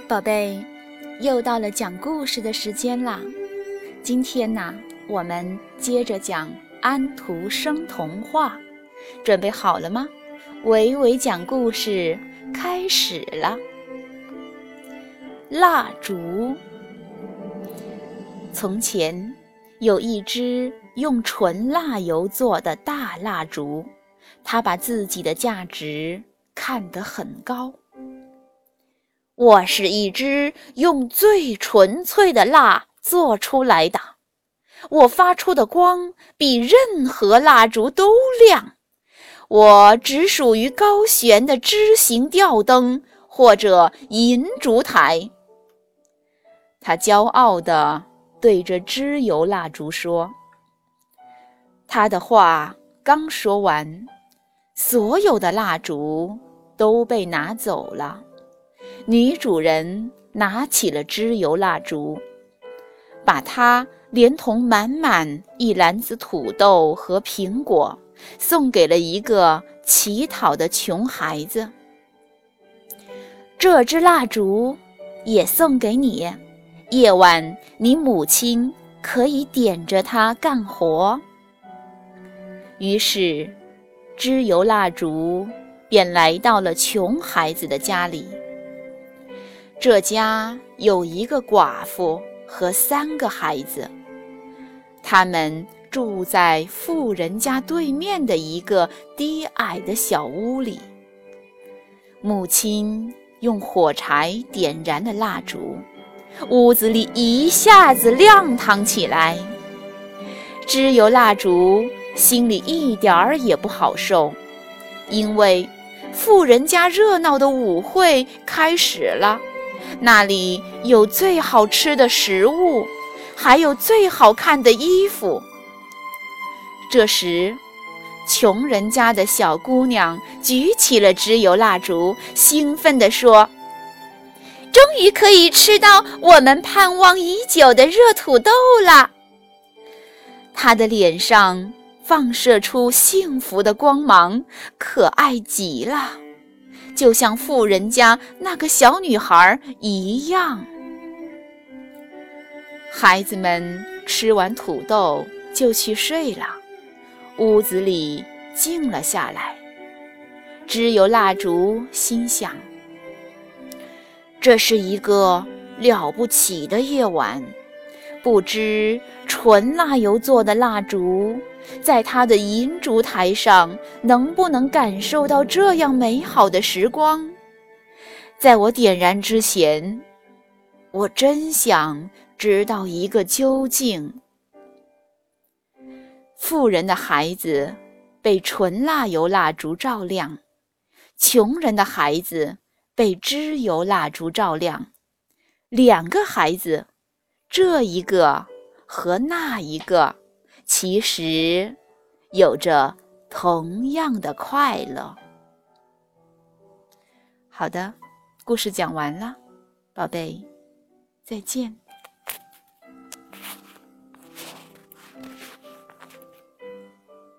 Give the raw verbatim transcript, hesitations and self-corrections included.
宝贝，又到了讲故事的时间啦。今天呢，我们接着讲安徒生童话，准备好了吗？维维讲故事开始了。蜡烛。从前有一只用纯蜡油做的大蜡烛，它把自己的价值看得很高。我是一只用最纯粹的蜡做出来的，我发出的光比任何蜡烛都亮，我只属于高悬的枝形吊灯或者银烛台。他骄傲地对着脂油蜡烛说。他的话刚说完，所有的蜡烛都被拿走了。女主人拿起了脂油蜡烛，把它连同满满一篮子土豆和苹果送给了一个乞讨的穷孩子。这支蜡烛也送给你，夜晚你母亲可以点着它干活。于是脂油蜡烛便来到了穷孩子的家里。这家有一个寡妇和三个孩子，他们住在富人家对面的一个低矮的小屋里。母亲用火柴点燃了蜡烛，屋子里一下子亮堂起来。脂油蜡烛心里一点儿也不好受，因为富人家热闹的舞会开始了。那里有最好吃的食物，还有最好看的衣服。这时，穷人家的小姑娘举起了脂油蜡烛，兴奋地说：终于可以吃到我们盼望已久的热土豆了。她的脸上放射出幸福的光芒，可爱极了，就像富人家那个小女孩一样。孩子们吃完土豆就去睡了，屋子里静了下来。脂油蜡烛心想，这是一个了不起的夜晚，不知纯蜡油做的蜡烛在它的银烛台上能不能感受到这样美好的时光。在我点燃之前，我真想知道一个究竟。富人的孩子被纯蜡油蜡烛照亮，穷人的孩子被脂油蜡烛照亮。两个孩子，这一个和那一个，其实有着同样的快乐。好的，故事讲完了，宝贝，再见。